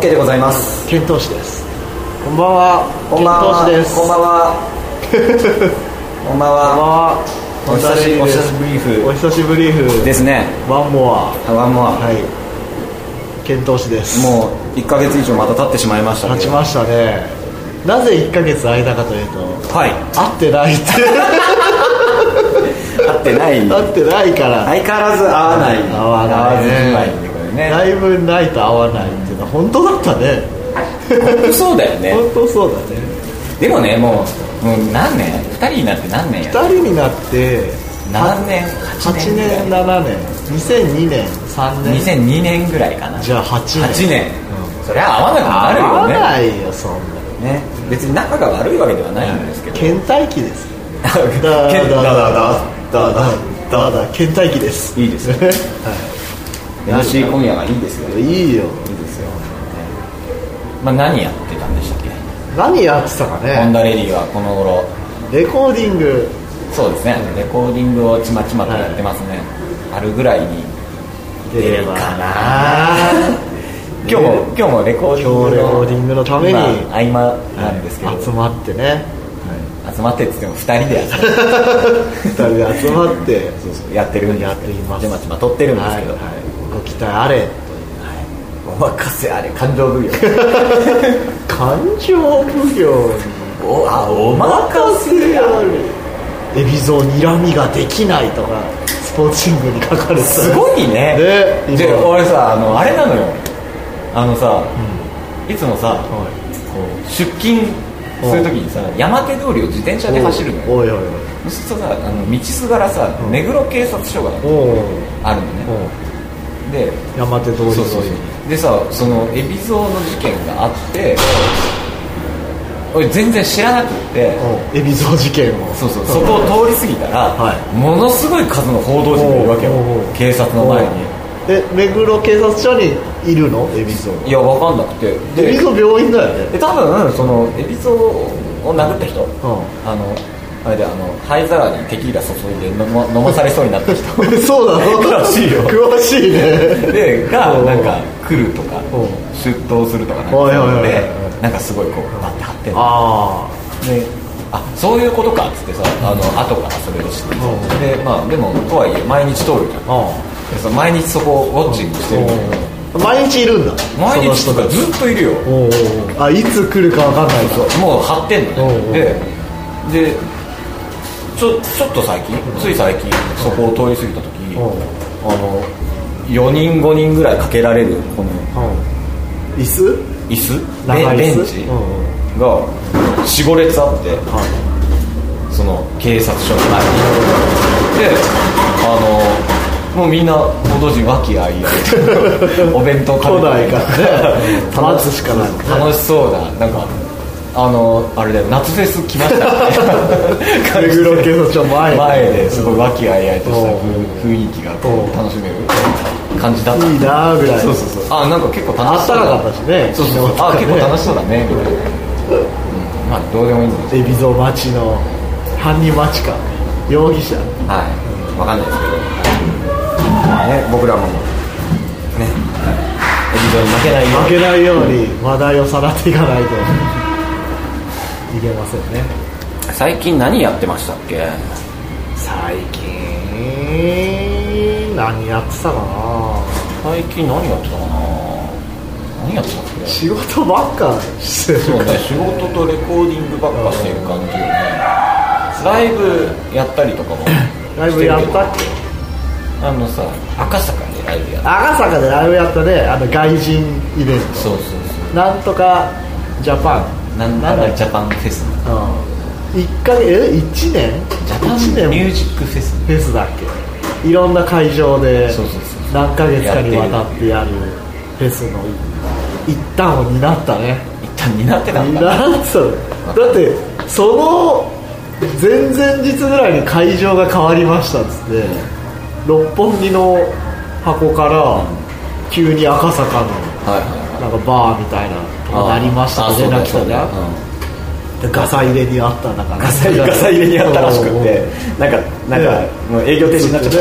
でございます。 剣闘士です。こんばんは。 こんばんは。 剣闘士です。 こんばんは。こんばんは。お久しぶりふ。 お久しぶりふですね。 ワンモア。 ワンモア。 はい。剣闘士です。 もう1ヶ月以上また経ってしまいましたけど。 経ちましたね。なぜ1ヶ月空いたかというと、 はい。 会ってないって。 会ってない。 会ってないから。 相変わらず会わない。 会わないね。だいぶないと会わないっていうのは本当だったね。 本当そうだよね。 本当そうだね。 でもね、もう何年2人になって何年や 2人になって何年 8年7年2002年3年 2002年ぐらいかな。 じゃあ8 年、そりゃ会わなくなるよね。 会わないよそんなね。別に仲が悪いわけではないんですけど、 倦怠期です。だ倦怠期です。 いいですよね。MC 今夜がいいですよ。 いいよ。いいですよ。 まあ何やってたんでしたっけ。 何やってたかね。 ホンダレディはこの頃レコーディング。 そうですね、レコーディングをちまちまとやってますね。春ぐらいに出ればかな。 今日もレコーディングのために合間なんですけど、 集まってね、 集まってって言っても2人で集まってそうやってるんですけど、ちまちま撮ってるんですけど、 ご期待あれ、 お任せあれ。感情奉行感情奉行お任せあれ。 海老蔵にらみができないとかスポーツ新聞に書かれてた。 すごいね。で俺さ、あれなのよ、さ、いつもさ、出勤するときにさ、山手通りを自転車で走るのよ。 おいおいおい。 そうするとさ、道すがらさ、目黒警察署があるのね。で山手通り沿いでさ、その海老蔵の事件があって、俺全然知らなくって、 海老蔵事件をそこを通り過ぎたら、ものすごい数の報道陣がいるわけよ、警察の前に。 目黒警察署にいるの海老蔵。 いや分かんなくて、 海老蔵病院だよね。 多分その海老蔵を殴った人、あれで灰皿にテキーラ注いで飲まされそうになった人そうなの。 詳しいよ。 詳しいね。 でがなんか来るとか出頭するとかなんかで、なんかすごいこうバッて張ってる。で、そういうことかっつってさ、後からそれを知って、でまあでもとはいえ毎日通るじゃん。毎日そこをウォッチングしてる。 毎日いるんだ。 毎日とかずっといるよ。 いつ来るか分かんないか。 もう張ってんのね。でちょっとつい最近そこを通り過ぎた時、4人5人ぐらいかけられるこの椅子ベンチが 4,5 列あって、その警察署の前にで、もうみんな報道陣和気あいあいお弁当食べてないから待つしかない。 楽しそうな、なんかあれだよ、夏フェス来ました目黒警察署前ですごい和気あいあいとした雰囲気が楽しめる感じだった。 いいなぐらい。 そうなんか結構楽しそうだ。 あったかかったしね。 結構楽しそうだねみたいな。まあどうでもいいんです海老蔵町の犯人町か容疑者。 分かんないですけど、まあね、僕らもね海老蔵に負けないように話題をさらっていかないといけませんね。 最近何やってましたっけ。 最近何やってたかな。 最近何やってたかな。何やってたっけ。 仕事ばっかしてる。 そうね、仕事とレコーディングばっかしてる感じよね。ライブやったりとかもライブやったっけ。 さ、赤坂でライブやった。 赤坂でライブやったね。外人イベント。 そうなんとかジャパンなんだジャパンフェス。 1ヶ月1年ジャパンミュージックフェスだっけ。いろんな会場で何ヶ月かにわたってやるフェスの一端を担ったね。 一旦担ってたんだ。 だってその前々日ぐらいに会場が変わりましたっつって、六本木の箱から急に赤坂のなんかバーみたいなとこなりましたって連絡来たじゃん。ガサ入れにあったんだから、 ガサ入れにあったらしくて、なんかもう営業停止になっちゃ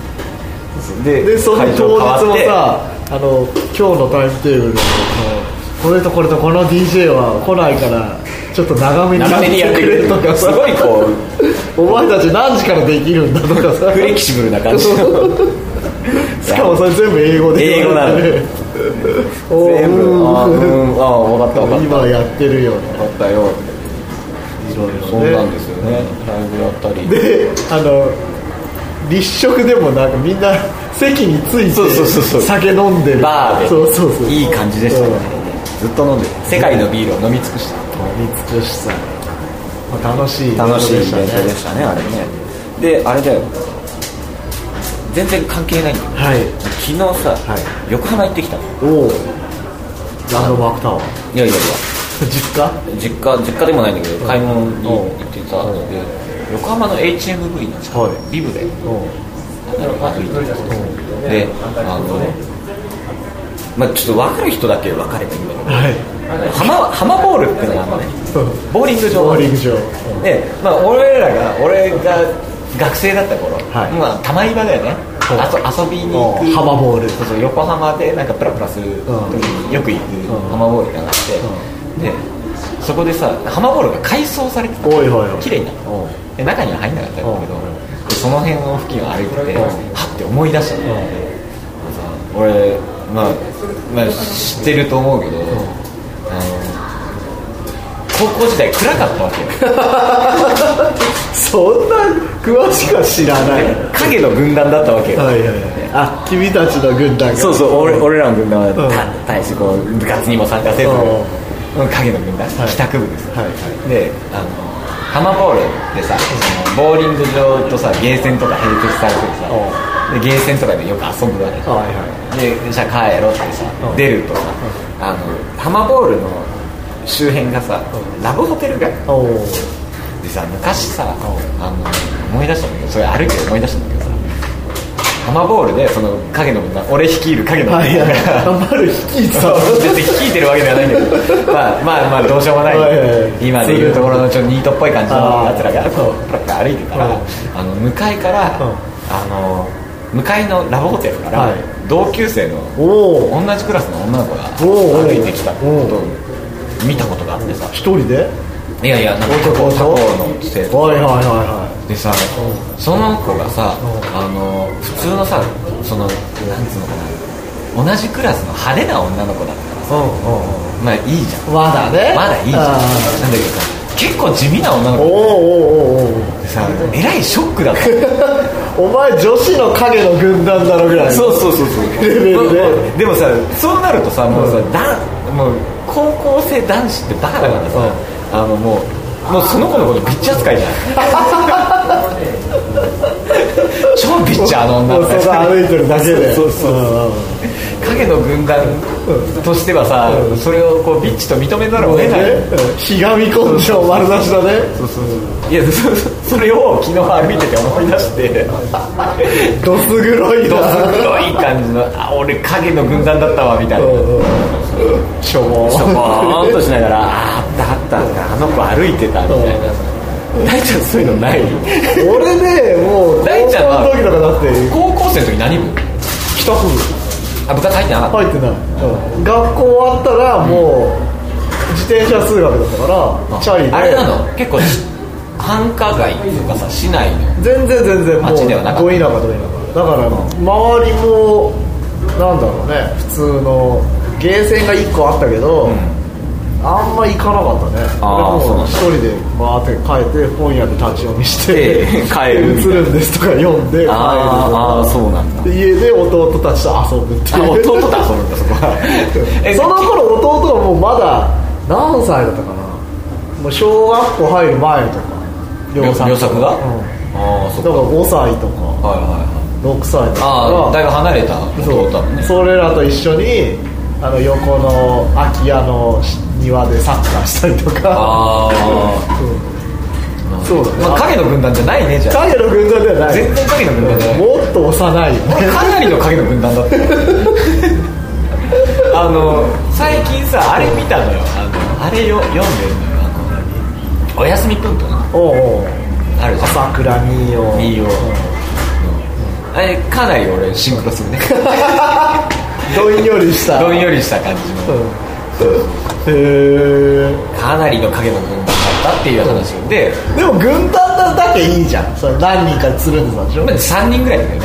って、 でその当日もさ、今日のタイムテーブルのこれとこれとこの DJ は来ないからちょっと長めにやってくれとかすごいこうお前たち何時からできるんだとかさフレキシブルな感じしかもそれ全部英語で英語なの全部分かった今やってるよね分かったよいろいろねそうなんですよねライブやったりで立食でもなんかみんな席について酒飲んでるバーでそういい感じでしたね、ずっと飲んでる世界のビールを飲み尽くした飲み尽くした、楽しいイベントでしたねあれねであれだよ全然関係ないんだけど、 はい、 昨日さ、横浜行ってきたのおおランドマークタワーいや実家でもないんだけど買い物に行ってさ横浜の HMV の近くビブで歩いてたでまあちょっと分かる人だけ分かれてるんだけど、浜ボールってのがあるのねボーリング場で、まあ、俺が学生だった頃、まあ、玉岩だよね遊びに行く浜ボールそう横浜でなんかプラプラする時によく行く浜ボールがあって、でそこでさ浜ボールが改装されてた綺麗になったで中には入んなかったんだけどその辺の付近を歩いててはって思い出したの俺、まあ、知ってると思うけど高校時代暗かったわけよそんな詳しくは知らない影の軍団だったわけよ、 あ、君たちの軍団がそう俺らの軍団は大してこう部活にも参加せず影の軍団帰宅部ですよ、で浜ボールでさボーリング場とさゲーセンとか併設されてるさでゲーセンとかでよく遊ぶわけでじゃあ帰ろうってさ出るとさ浜ボールの周辺がさラブホテル街でさ昔さ思い出したんだけどそれ歩いて思い出したんだけどさ浜ボールでその影の軍団俺率いる影の軍団が浜ボール率いてた別に率いてるわけではないんだけどまあどうしようもない今でいうところのちょっとニートっぽい感じのやつらがこうプラプラ歩いてたら向かいから向かいのラブホテルから同級生の同じクラスの女の子が歩いてきたことを見たことがあってさ一人でいやなんか他校の生徒でさその子がさ普通のさなんつうのかな同じクラスの派手な女の子だったからさまあいいじゃんまだいいじゃんなんだけどさ結構地味な女の子でさえらいショックだったお前女子の影の軍団だろぐらいそうレベルでもさそうなるとさもうさもう高校生男子ってバカだからさもうその子のことビッチ扱いじゃん超ビッチャーの女の子そこ歩いてるだけで影の軍団としてはさそれをこうビッチと認めざるを得ないひがみ根性丸出しだねいやそれを昨日歩いてて思い出してどす黒い感じの俺影の軍団だったわみたいなしょぼーんとしながらあったあの子歩いてたみたいな大ちゃんそういうのない俺ねもう大ちゃんは高校の時とかだって高校生の時何部帰宅部部活入ってなかった入ってない、学校終わったらもう自転車通学だったからチャリであれなの結構繁華街とかさ市内の全然もう街ではなかったど田舎だから周りもなんだろうね普通のゲーセンが1個あったけど、あんま行かなかったね俺も一人でバーって帰って本屋で立ち読みして帰る映るんですとか読んで帰るそうなんだ家で弟たちと遊ぶっていう弟と遊ぶんだそこはその頃弟はもうまだ何歳だったかなもう小学校入る前とか良作が、 だから5歳とか、6歳とかだいぶ離れた弟だもんねそれらと一緒に横の空き家の庭でサッカーしたりとかそうだね、 影の軍団じゃないねじゃあ影の軍団ではない全然影の軍団じゃないもっと幼いよねかなりの影の軍団だった最近さあれ見たのよあれ読んでるのよおやすみぷんぷんあるじゃん朝倉ミーヨあれかなり俺シンクロするねどんよりした感じの、 かなりの影の軍団だったっていう話で、 でも軍団だけいいじゃん。それ何人かつるんでたでしょ。 3人ぐらいだよね。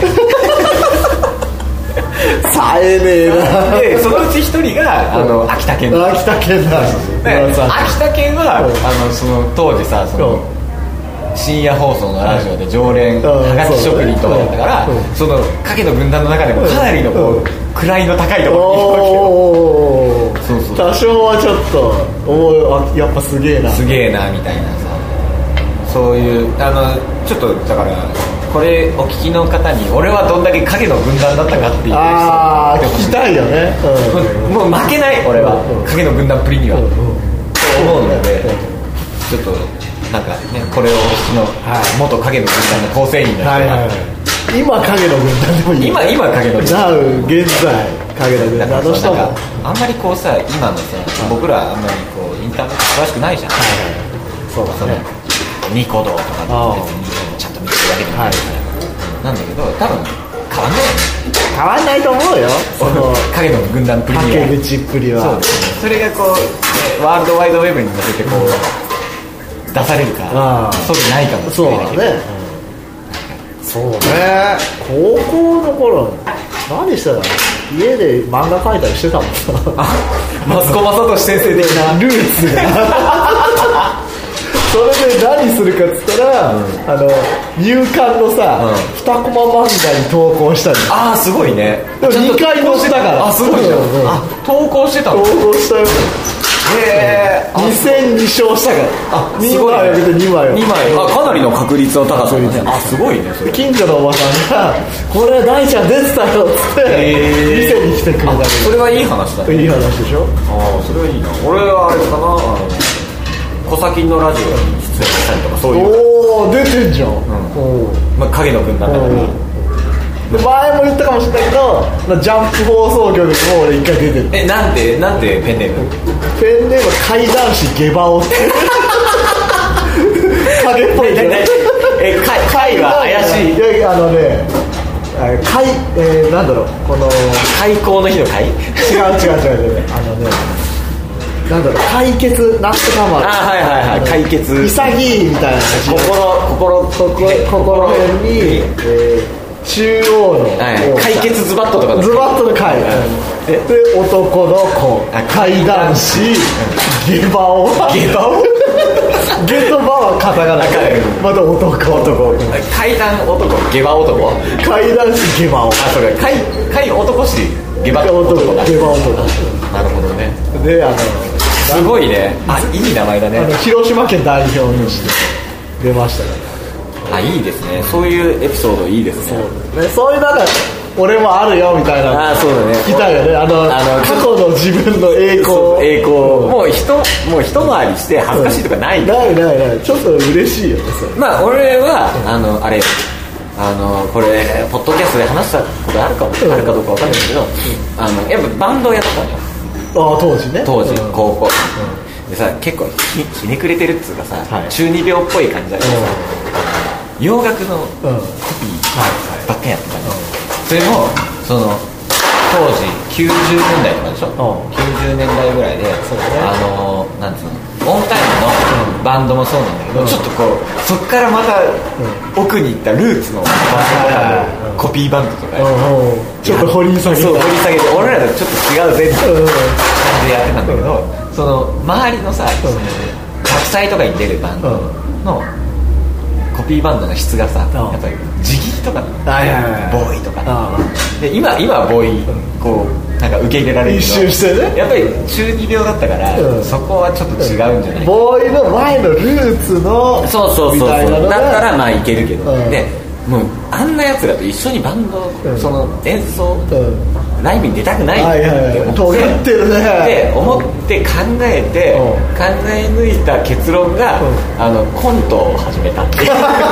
さえねえな。 でそのうち1人が秋田県だ。 秋田県だ。 秋田県はその当時さ、その深夜放送のラジオで常連はがき職人とかだったから、その影の軍団の中でもかなりのこう位の高いところにいるわけよ。そう多少はちょっとやっぱすげえなみたいなさ、そういうちょっとだからこれお聞きの方に俺はどんだけ影の軍団だったかっていう、 聞きたいよね。 もう負けない俺は影の軍団プリには、と思うので、ちょっとなんかね、これをお聞きの元影の軍団の構成員の人が、 今影の軍団でもいい。 今影の軍団、 現在影の軍団の人もあんまりこうさ、今のさ、僕らあんまりこうインターネット詳しくないじゃん。 そうだね。 ニコ動とか別にちゃんと見てるわけじゃないなんだけど、多分変わんないよね。 変わんないと思うよ。その影の軍団プリには、 影口っぷりは。 それがこうワールドワイドウェブに乗せてこう出されるか、そうじゃないかもしれないけど。 そうね。高校の頃何してたの？家で漫画描いたりしてたもんさ。 マスコマサトシ先生的なルーツが。それで何するかっつったら、入管のさ、2コマ漫画に投稿したり。 すごいね。 でも2回載せたから。 すごいじゃん。投稿してたの？ 投稿したよ。2戦2勝したから。2枚あげて2枚。 かなりの確率の高さだね。すごいね。 近所のおばさんがこれ大ちゃん出てたよっつって店に来てくれたけど。 それはいい話だね。 いい話でしょ。 それはいいな。俺はあれかな、小崎のラジオに出演したりとか、そういう。 出てんじゃん。 影の軍団だから。 前も言ったかもしれないけど、ジャンプ放送局にも俺一回出てる。 なんでペンネーム？ ペンネームは怪談師ゲバオって。影っぽいね。 怪は怪しい。 なんだろう、この開口の日の怪？ 違う。なんだろう、解決なんとかまで。 解決。 潔いみたいな。心辺に。中央の解決ズバットとかズバットの回で男の子怪談師ゲバオゲとバはカタカナでまた男怪談男ゲバ男怪談師ゲバオそうか怪男師ゲバ男なるほどね。ですごいね。いい名前だね。 広島県代表にして出ましたね。 いいですね。そういうエピソードいいですね。 そういうなんか俺もあるよみたいな。 そうだね。 聞きたいよね。過去の自分の栄光もう一回りして恥ずかしいとかない。 ない。ちょっと嬉しいよね。 俺はあれこれポッドキャストで話したことあるかどうかわかんないけど、やっぱバンドをやってたのよ。 当時ね。 高校でさ、結構ひねくれてるっつうかさ、中二病っぽい感じだけどさ、洋楽のコピーばっかりやってたの。それもその当時90年代とかでしょ。90年代ぐらいで、なんつうの、オンタイムのバンドもそうなんだけど、ちょっとこうそっからまた奥に行ったルーツのバンドとかコピーバンドとかちょっと掘り下げて俺らとちょっと違う感じでやってたんだけど、その周りのさ、学祭とかに出るバンドのコピーバンドの質がさ、やっぱり地気とかボーイとかで、今はボーイこうなんか受け入れられるけど、 一周してね、 やっぱり中二病だったから、そこはちょっと違うんじゃない。 ボーイの前のルーツのそうだったらまあいけるけど、でもうあんなやつらと一緒にバンド、その演奏、ライブに出たくないって思って考え抜いた結論が、コントを始めたっていう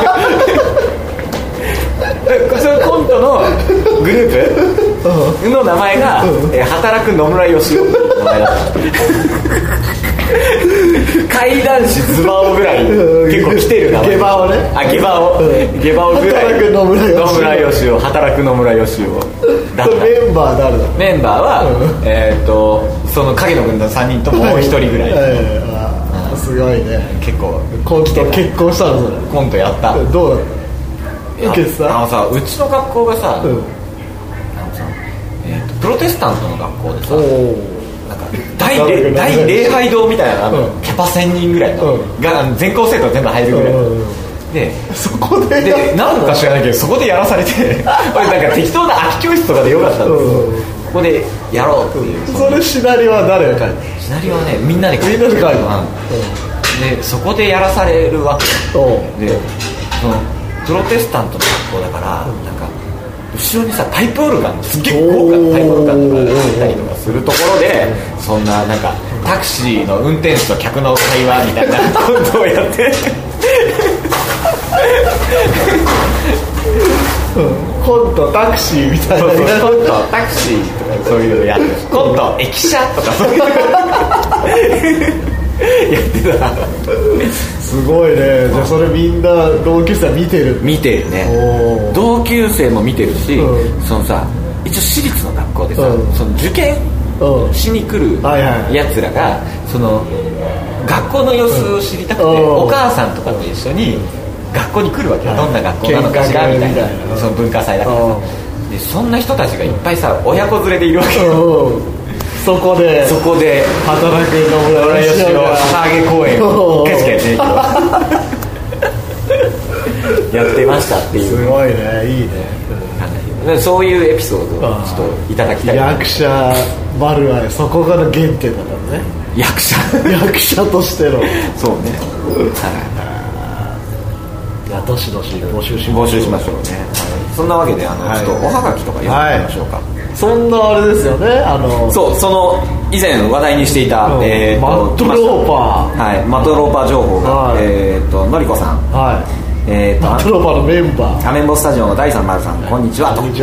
そのコントのグループの名前が、働く野村義雄っていう名前だった怪談師ズバオぐらい結構来てる名前。 ゲバオね。 下馬をぐらい働く野村義雄働く野村義雄だった。 メンバー誰だ？ メンバーは、その影の軍団3人ともう1人ぐらい、 すごいね。 結構コント結婚したの？それコントやった。 どうだった？受けてた？ さ、うちの学校がさ、プロテスタントの学校でさ、なんか大礼拝堂みたいなキャパ1000人ぐらいのが全校生徒全部入るぐらいで、 そこで何か知らないけどそこでやらされて俺なんか適当な空き教室とかでよかったんですけど、ここでやろうっていう。 それシナリオは誰が書いた？ シナリオはね、みんなで書いた。でそこでやらされるわけで、そのプロテスタントの学校だから、なんか後ろにさパイプオルガン、すっげえ豪華なパイプオルガンとかがあったりとかするところで、そんななんかタクシーの運転手と客の会話みたいなことをやってコントタクシーみたいな。 コントタクシーとかそういうのやってコント駅舎とかそういうのやってた。 すごいね。じゃあそれみんな同級生は見てるね。同級生も見てるし、そのさ、一応私立の学校でさ、その受験しに来るやつらがその学校の様子を知りたくて、お母さんとかと一緒に学校に来るわけよ。どんな学校なのかしらみたいな、その文化祭だからさ。でそんな人たちがいっぱいさ、親子連れでいるわけよ。 そこで働く野村義雄が旗揚げ公演を1回しかやってないけどやってましたっていう。 すごいね、いいね。 そういうエピソードをちょっといただきたい。 役者バルはそこが原点だからね。役者としてのそうね。 いや、どしどし募集しましょうね。そんなわけでちょっとおはがきとか読んでみましょうか。 そんなあれですよね。 そう、その以前話題にしていた、 マットローパー、 マットローパー情報が、のりこさん、 マットローパーのメンバー、 アメンボスタジオの第3丸さん、こんにちはと。ど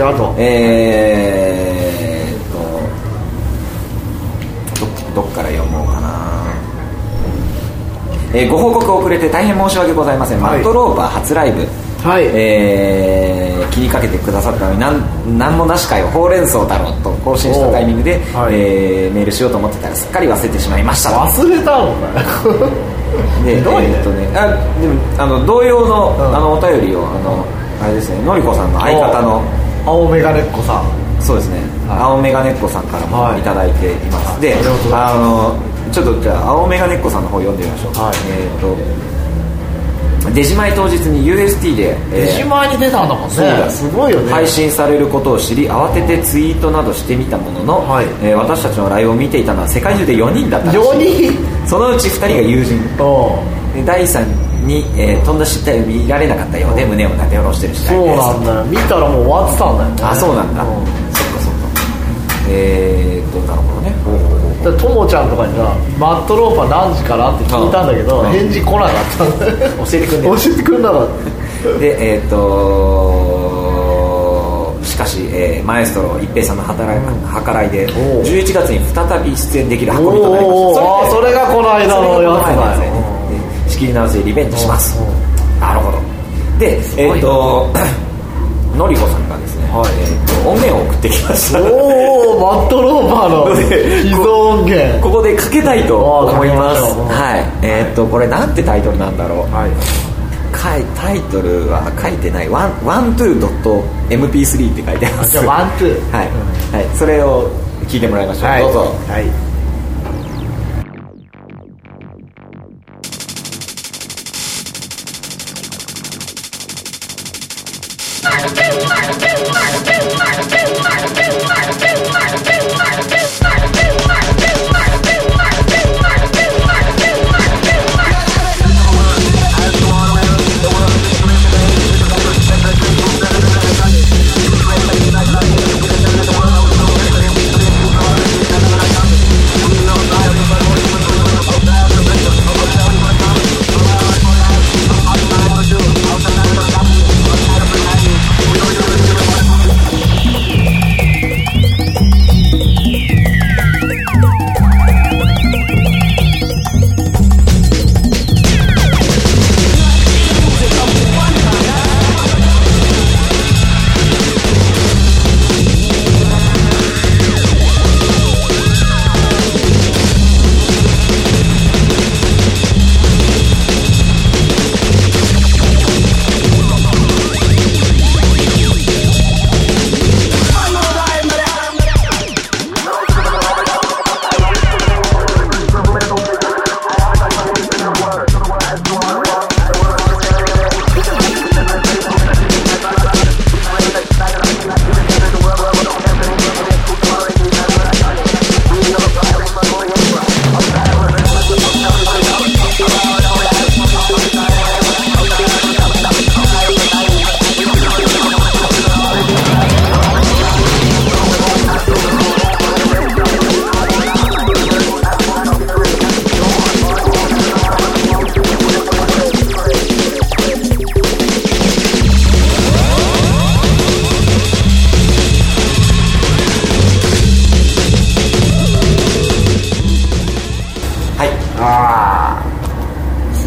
っから読もうかな。ご報告遅れて大変申し訳ございません。マットローパー初ライブ、気にかけてくださったのに何もなしかよ、ほうれん草だろうと更新したタイミングで、メールしようと思ってたらすっかり忘れてしまいました。 忘れたのかででも同様の、お便りをあれですね、のりこさんの相方の青メガネっ子さん、 そうですね、青メガネっ子さんからもいただいています。で、ちょっとじゃあ青メガネっ子さんの方読んでみましょう。出島当日に UST で、 出島に出たんだもんね。すごいよね。 配信されることを知り、慌ててツイートなどしてみたものの、私たちのライブを見ていたのは世界中で4人だったらしい。 4人？ そのうち2人が友人で、第3に、とんだ失態を見られなかったようで胸をなで下ろしてる次第です。 そうなんだよ。見たらもう終わってたんだよね。 あ、そうなんだ。そっかそっか。なるほどね。 ともちゃんとかにさ、マットローパー何時からって聞いたんだけど、返事来なかったんだよ。 教えてくんなかった。で、しかし、マエストロ一平さんの計らいで11月に再び出演できる運びとなりました。 それがこの間のやつだよ。 仕切り直しでリベンジします。なるほど。で、のりこさんがですね、音源を送ってきました。 マットローパーの秘蔵音源、 ここでかけたいと思います。これなんてタイトルなんだろう。タイトルは書いてない。12.mp3 って書いてあります。 じゃあワントゥー、 はい、それを聞いてもらいましょう。どうぞ。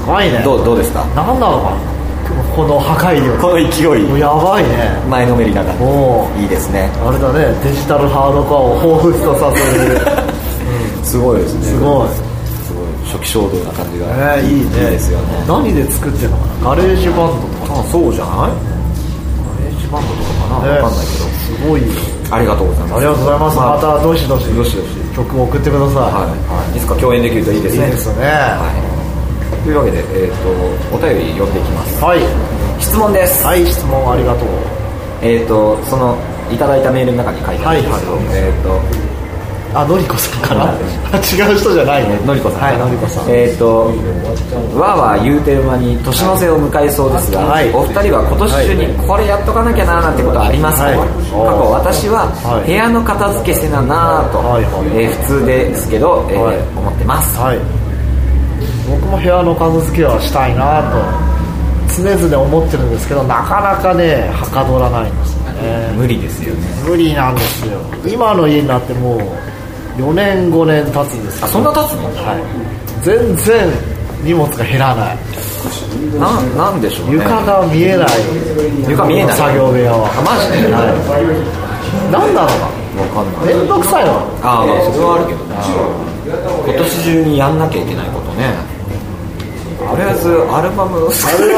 ごいね。 どうですか？ なんだろうかな、この破壊力、 この勢い、 やばいね。 前のめりながらいいですね。 あれだね、デジタルハードコアを彷彿とさせるすごいですね。 すごい初期衝動な感じが、 いいね。 いいですよね。 何で作ってんのかな、ガレージバンドとか。 そうじゃない？ガレージバンドとかかな、わかんないけど、 すごい。 ありがとうございます。 ありがとうございます。またどしどし曲を送ってください。 いつか共演できるといいですね。 いいですね。 というわけで、お便り読んでいきます。 はい。 質問です。 はい、質問ありがとう。 そのいただいたメールの中に書いてあるんですけど、 のりこさんから違う人じゃないね。 のりこさん。 はい、のりこさん。 わーわー言うてる間に年の瀬を迎えそうですが、お二人は今年中にこれやっとかなきゃなーなんてことはありますか？過去私は部屋の片付けせななーと、普通ですけど、思ってます。 僕も部屋の片付けはしたいなと常々思ってるんですけど、なかなかねはかどらないんですよね。 無理ですよね。 無理なんですよ。今の家になってもう4年5年経つんですけど。 そんな経つの？ 全然荷物が減らない。 なんでしょうね。 床が見えない。 床見えない。 作業部屋は。 マジで？ 何なのか分かんない。 めんどくさいの。 それはあるけどね。今年中にやんなきゃいけないことね。とりあえずアルバムを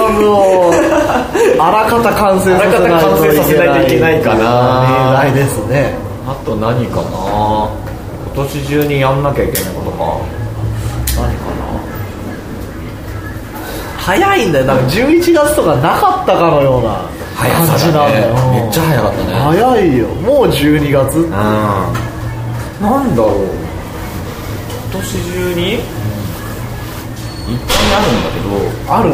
あらかた完成させないといけないかな。 例外ですね。 あと何かな。今年中にやんなきゃいけないことか。何かな。 早いんだよ。なんか11月とかなかったかのような感じなんだよ。 めっちゃ早かったね。 早いよ。もう12月。 なんだろう。今年中にいっぱいあるんだけど。 ある。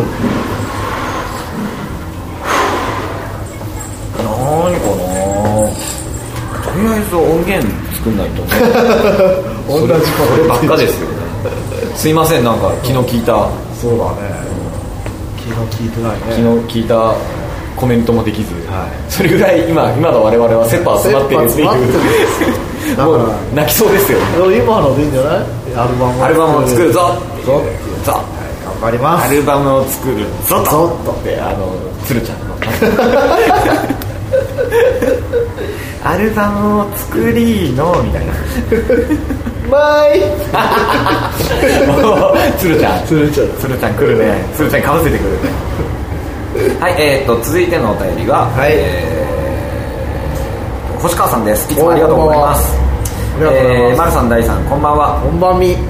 何かな。とりあえず音源作んないと同じこればっかですよね。すいません、なんか昨日聞いた。 そうだね。昨日聞いてないね。 昨日聞いたコメントもできず、それぐらい今の我々は切羽詰まっているっていうもう泣きそうですよね。 今のでいいんじゃない？アルバムを作るぞ頑張ります。 アルバムを作るぞっって鶴ちゃんのアルバムを作りのみたいなマイ鶴ちゃん来るね。鶴ちゃんかぶせてくるね。はい、続いてのお便りが、星川さんです。いつもありがとうございます。丸さん、大さん、こんばんは。 こんばんみ。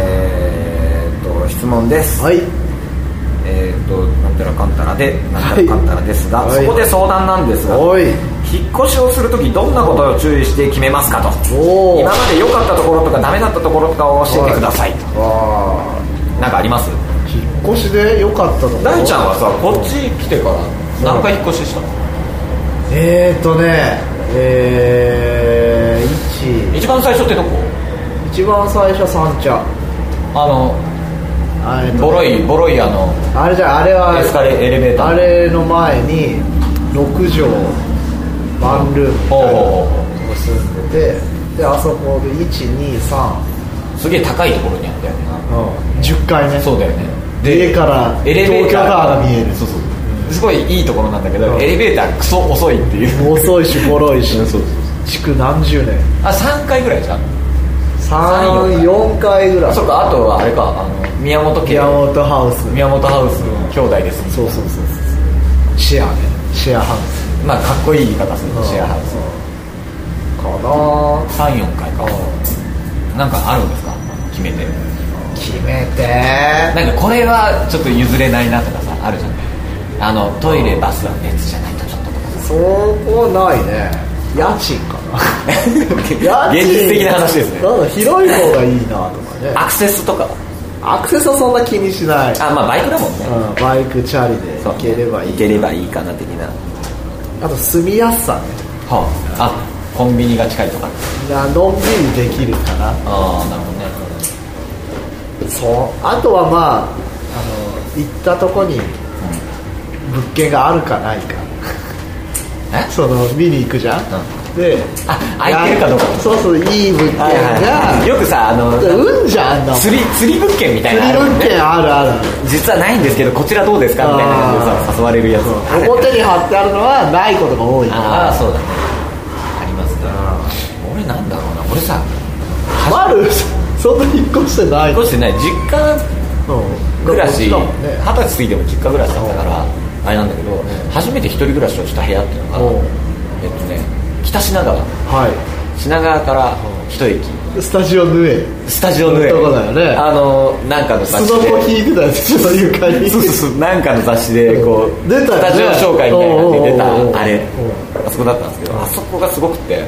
質問です。 はい。 なんたらかんたらでなんたらかんたらですが、そこで相談なんですが、引っ越しをするときどんなことを注意して決めますかと。今まで良かったところとかダメだったところとかを教えてください。なんかあります？ 引っ越しで良かったところ。 大ちゃんはさ、こっち来てから何回引っ越ししたの？一番最初ってどこ？ 一番最初三茶。 ボロいあれじゃあれはエレベーター。 あれの前に6畳ワンルームを住んでて、であそこで123 すげえ高いところにあったよね。 10階ね。 そうだよね。 で家から東京タワーが見える。 そうすごいいいところなんだけど、エレベータークソ遅いっていう。 遅いしボロいし築何十年。 3回ぐらいじゃん。 3、4回ぐらい。 そうか。あとはあれか、宮本ハウス兄弟です。 そうシェアハウス。 まあかっこいい言い方するとシェアハウスかな。 3、4回か。なんかあるんですか？決めてなんかこれはちょっと譲れないなとかさ、あるじゃん。トイレバスは別じゃないとちょっととかさ。 そこないね。家賃かな。 現実的な話ですね。 広い方がいいなとかね。 アクセスとかは？ アクセスはそんな気にしない。 まあバイクだもんね。 バイクチャリで行ければいいかな的な。 あと住みやすさね。 コンビニが近いとか。 のんびりできるかな。 なるほどね。 あとは行ったとこに物件があるかないか。見に行くじゃん。 で空いてるかどうか、 そうそう、いい物件が、 よくさうんじゃんだもん、 釣り物件みたいな、 釣り物件あるある、 実はないんですけどこちらどうですかみたいな感じでさ誘われるやつ、 表に貼ってあるのはないことが多いから。 ああそうだね、ありますね。俺なんだろうな、俺さそんな引っ越してない、 引っ越してない、実家暮らし、20歳過ぎても実家暮らしだったからあれなんだけど、初めて一人暮らしをした部屋っていうのが北品川、品川から一駅、 スタジオヌエとこだよね。 なんかの雑誌でスノコ引いてたやつ、床にそうなんかの雑誌でこう出た、 スタジオ紹介みたいなので出たあれ、あそこだったんですけど、あそこがすごくて、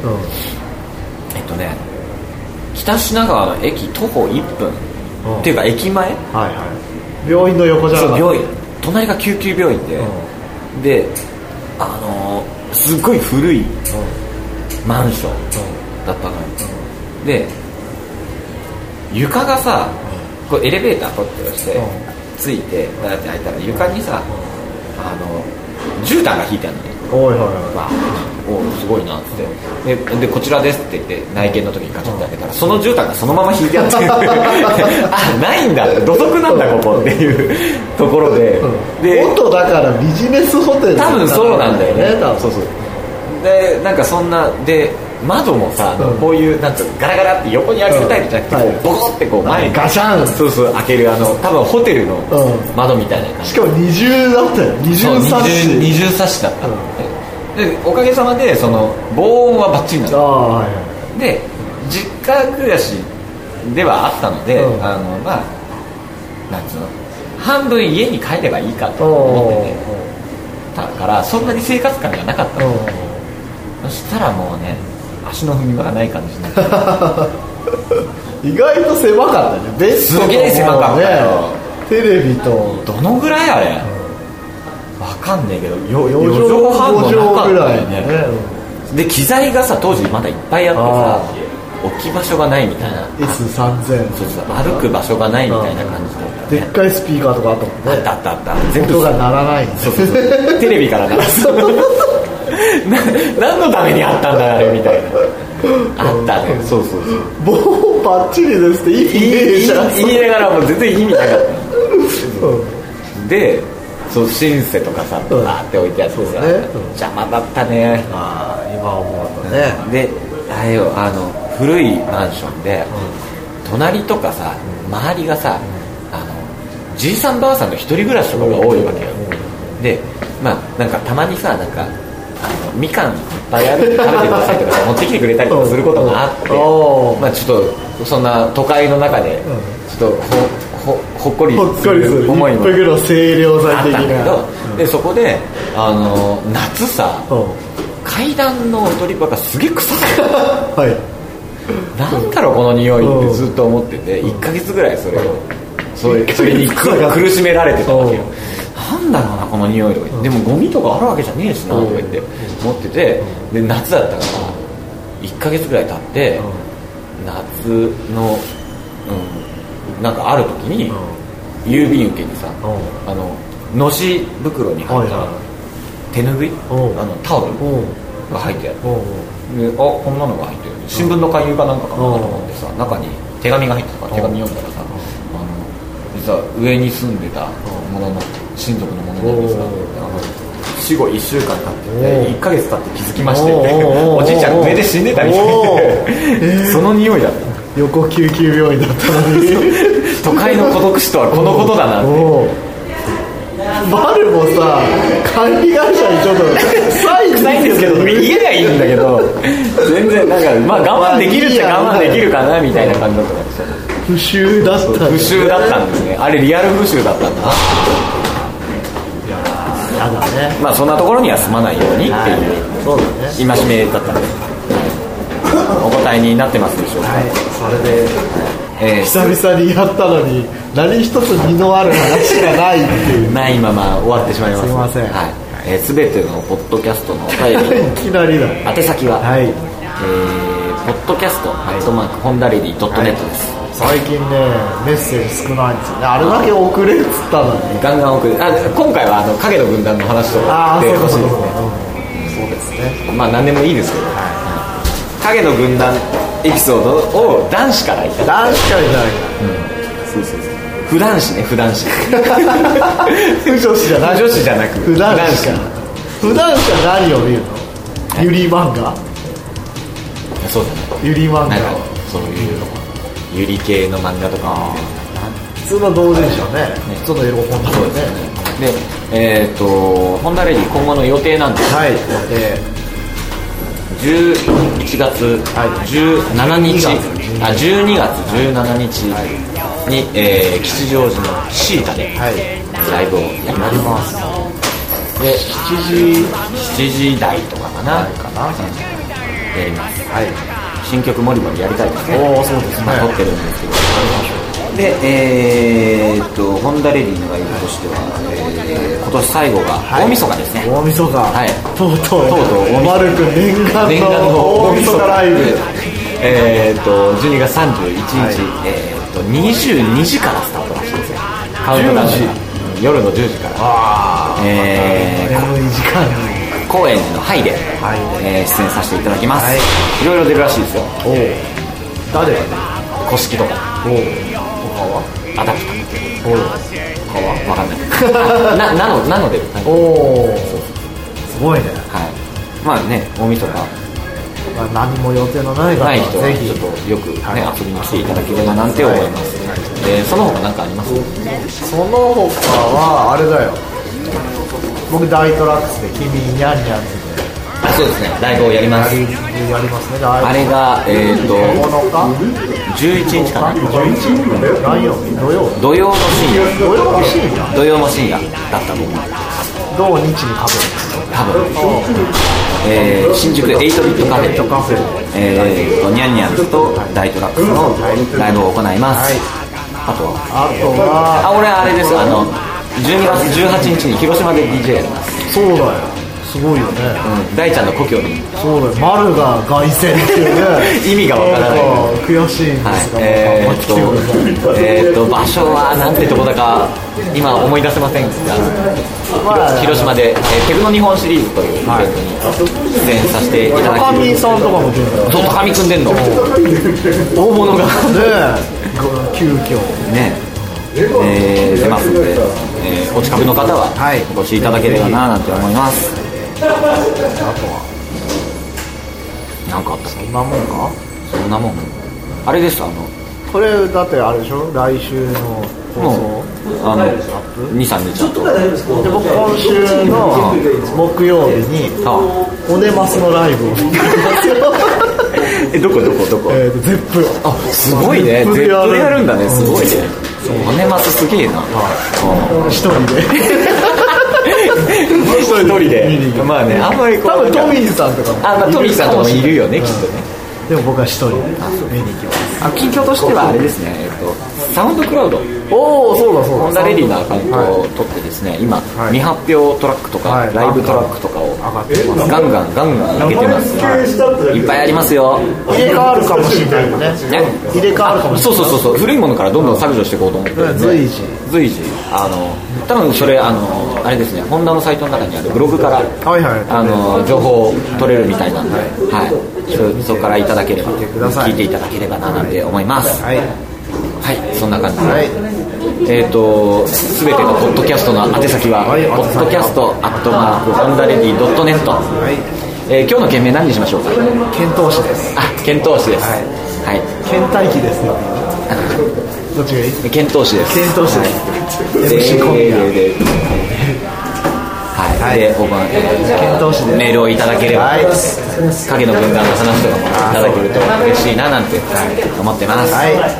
北品川の駅徒歩1分っていうか駅前、 病院の横じゃなかった。 病院、隣が救急病院で、すっごい古いマンションだったのよ。で床がさ、こうエレベーター取ってしてついてバーって開いたら床にさ、絨毯が引いてあるのね。すごいなってでこちらですって言って内見の時にカチャって開けたら、その絨毯がそのまま引いてあってあ、ないんだ、土足なんだここっていうところで、 元だからビジネスホテル、 多分そうなんだよね。そうで、なんかそんなで窓もさ、こういうなんつうのガラガラって横に開けるタイプじゃなくて、ボコってこう前にガシャン、 そう開ける、多分ホテルの窓みたいな感じ、 しかも二重だったよ、二重サッシ、 二重サッシだった、でおかげさまでその防音はバッチリなの、で実家暮らしではあったので、まあなんつうの、半分家に帰ればいいかと思っててたからそんなに生活感がなかったの。そしたらもうね、足の踏み場がない感じになって意外と狭かったね、ベッドすげえ狭かったよ、 テレビとどのぐらいあれ、わかんねえけど4 畳半の中ぐらいね、 で機材がさ当時まだいっぱいあってさ、置き場所がないみたいな、 S3000、 歩く場所がないみたいな感じだったね。 でっかいスピーカーとかあったもんね。 あった全部音が鳴らないんです。 テレビから鳴らす何のためにあったんだあれみたいな、あったね。そうもうバッチリですって言いながらも全然意味なかったで、そうシンセとかさバーって置いてあってさ、邪魔だったね。 今思うとね。 であれよ、古いマンションで、隣とかさ、周りがさ、じいさんばあさんの一人暮らしとかが多いわけよ。でまあなんかたまにさ、なんかみかんいっぱいあるんで食べてくださいとか持ってきてくれたりとかすることがあって、まあちょっとそんな都会の中でちょっとほっこりする思いもあったんだけど、でそこで夏さ、階段の踊り場がすげえ臭かったなんだろうこの匂いってずっと思ってて、1ヶ月ぐらいそれに苦しめられてたわけよ。なんだろうなこの匂いとか言って、でもゴミとかあるわけじゃねえしなとか言って思ってて、で夏だったから1ヶ月ぐらい経って夏の、なんかある時に郵便受けにさ、のし袋に入った手ぬぐい、タオルが入ってある。でこんなのが入ってる、新聞の勧誘かなんかかなと思ってさ、中に手紙が入ってたから手紙読んだらさ、実は上に住んでたものの親族のものなんですが、死後1週間経って1ヶ月経って気づきましておじいちゃん上で死んでたみたいでその匂いだった。 横救急病院だったのに都会の孤独死とはこのことだなって。 バルもさ、管理会社にちょっと臭いんですけど言えりゃいいんだけど全然なんか、まあ我慢できるっちゃ我慢できるかなみたいな感じだったんですよ。 不臭だった不臭だったんですね。あれリアル不臭だったんだ。 いやだね。 まあそんなところには住まないようにっていう戒めだったんで、お答えになってますでしょうか。 それで久々にやったのに何一つ実のある話がないっていうないまま終わってしまいます。 すいません。 すべてのポッドキャストのお便りいきなりだ。 宛先は、podcast@hondaready.net です。 最近ねメッセージ少ないんですよね。あれだけ遅れっつったのにガンガン遅れ。今回は影の軍団の話とかで欲しいですね。 そうですね。 まあ何でもいいですけど、 影の軍団エピソードを男子からいただいた。 男子からいただいそう普段子ね、普段子不女子じゃなく女子じゃなく普段子から普段子は何を見るの？ゆり漫画？ そうだね、 ゆり漫画、 なんかそういうゆり系の漫画とか普通の同人誌はね、普通のエロ本とかね。 で、ホンダレディ今後の予定なんです。 はい、 11月17日、12月17日に、吉祥寺のシータでライブをやります。で、7時台とかかな、やります。新曲もりもりやりたいですね。 そうですね。 撮ってるんですけど。で、ホンダレディのライブとしては、今年最後が大晦日ですね。 大晦日。 はい。 とうとうマル君念願の大晦日ライブ。 12月31日、22時からスタートらしいですよ。カウントダウン夜の10時から。 時間公演のハイで、出演させていただきます。いろいろ出るらしいですよ。 誰がね？ 古式とか。アダプター。わかんない。ナノ出る。 すごいね。 まあね、大晦日。 何も予定のない方は人はぜひちょっとよくね、遊びに来ていただければなんて思います。その他何かあります？ その他はあれだよ。僕大トラックスで君ニャンニャンズで。 そうですね、ライブをやります。 やりますね。 あれが 9日 11日かな。 11？何曜日？ 土曜の深夜だったと思う。 土日にかぶる。 多分。新宿8ビットカフェでニャンニャンズと大トラックスのライブを行います。あとは俺あれです。12月18日に広島で DJ やります。 そうだよ。すごいよね。 大ちゃんの故郷に。 そうだよ。丸が凱旋っていうね。 意味がわからない。 悔しいんですが、 場所はなんてとこだか今思い出せませんが、広島でテクノ日本シリーズというイベントに出演させていただきます。 高見さんとかも出るの？ そう、高見くん出んの。大物が急遽ね出ますので、お近くの方はお越しいただければななんて思います。あとは何かあったっけ？ そんなもんか？ そんなもん。あれですか、 これだってあれでしょ、来週の放送 2、3日後で、僕今週の木曜日にオネマスのライブをどこゼップ。 すごいね。ゼップでやるんだね。すごいね。オネマスすげえな。 一人でまあね、あんまり多分トミーさんとかもトミーさんとかもいるよね、きっとね。 でも僕は一人で見に行きます。 近況としてはあれですね、サウンドクラウド、 そうだホンダレディのアカウントを取ってですね、今未発表トラックとかライブトラックとかをガンガン上げてます。いっぱいありますよ。 入れ替わるかもしれないよね。入れ替わるかもしれない。 そう、古いものからどんどん削除していこうと思って、随時多分それあれですね、ホンダのサイトの中にあるブログから情報を取れるみたいなんで、そこからいただければ、聞いていただければななんて思います。はい、そんな感じで、すべてのポッドキャストの宛先は、podcast@hondaready.net。今日の件名何にしましょうか？ 検討士です。 検討士です。 検体機ですね。どっちがいい？ 検討士です。 検討士です。MC コンビで、メールをいただければ、影の軍団の話とかもいただけると嬉しいななんて思ってます。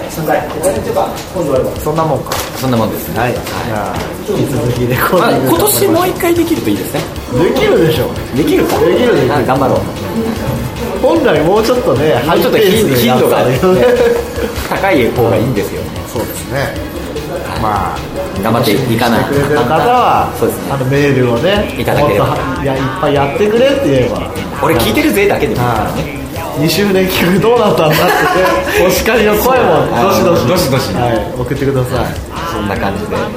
そんなもんか。 そんなもんですね。 じゃあ引き続きレコーディング。 今年もう一回できるといいですね。 できるでしょ。 できるか。 できる。 頑張ろう。 本来もうちょっとね、 ちょっと頻度が高い方がいいんですよね。 そうですね。まあ頑張っていかないくれてる方はメールをねいただければ、 いっぱいやってくれって言えば、 俺聞いてるぜだけでもいいからね。 2周年企画どうなったんだってね、お叱りの声もどしどし送ってください。 そんな感じで、さ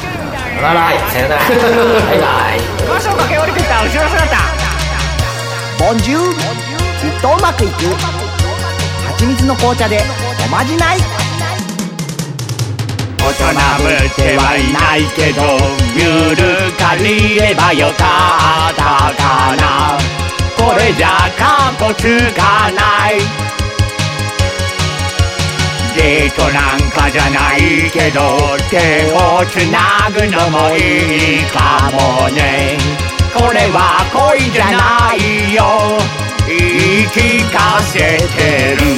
よなら。さよなら。バイバイ。 場所を駆け下りていった後ろ姿。 ボンジュール、きっとうまくいく。蜂蜜の紅茶でおまじない。 大人ぶってはいないけどゆるかりればよかったかな。これじゃかっこつかない。デートなんかじゃないけど手をつなぐのもいいかもね。これは恋じゃないよ、言い聞かせてる。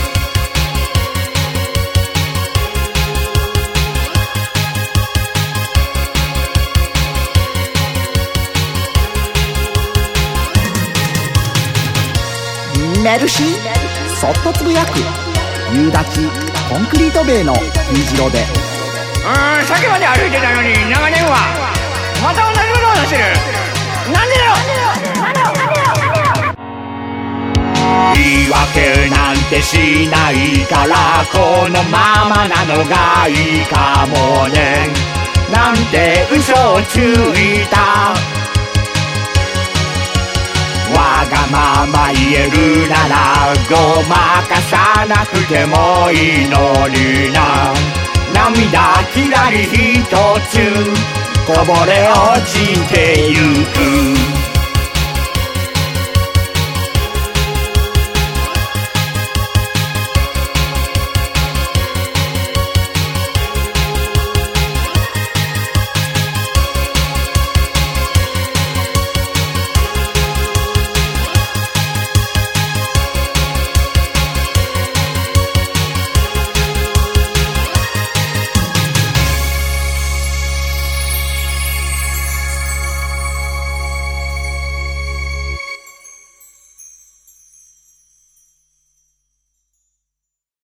メルシー、そっとつぶやく夕立コンクリート塀の虹色で。 さっきまで歩いてたのに長年はまた同じことをしてる。なんでだろう。言い訳なんてしないからこのままなのがいいかもね。なんて嘘をついた。わがまま言えるならごまかさなくてもいいのにな。涙きらりひとつこぼれ落ちてゆく。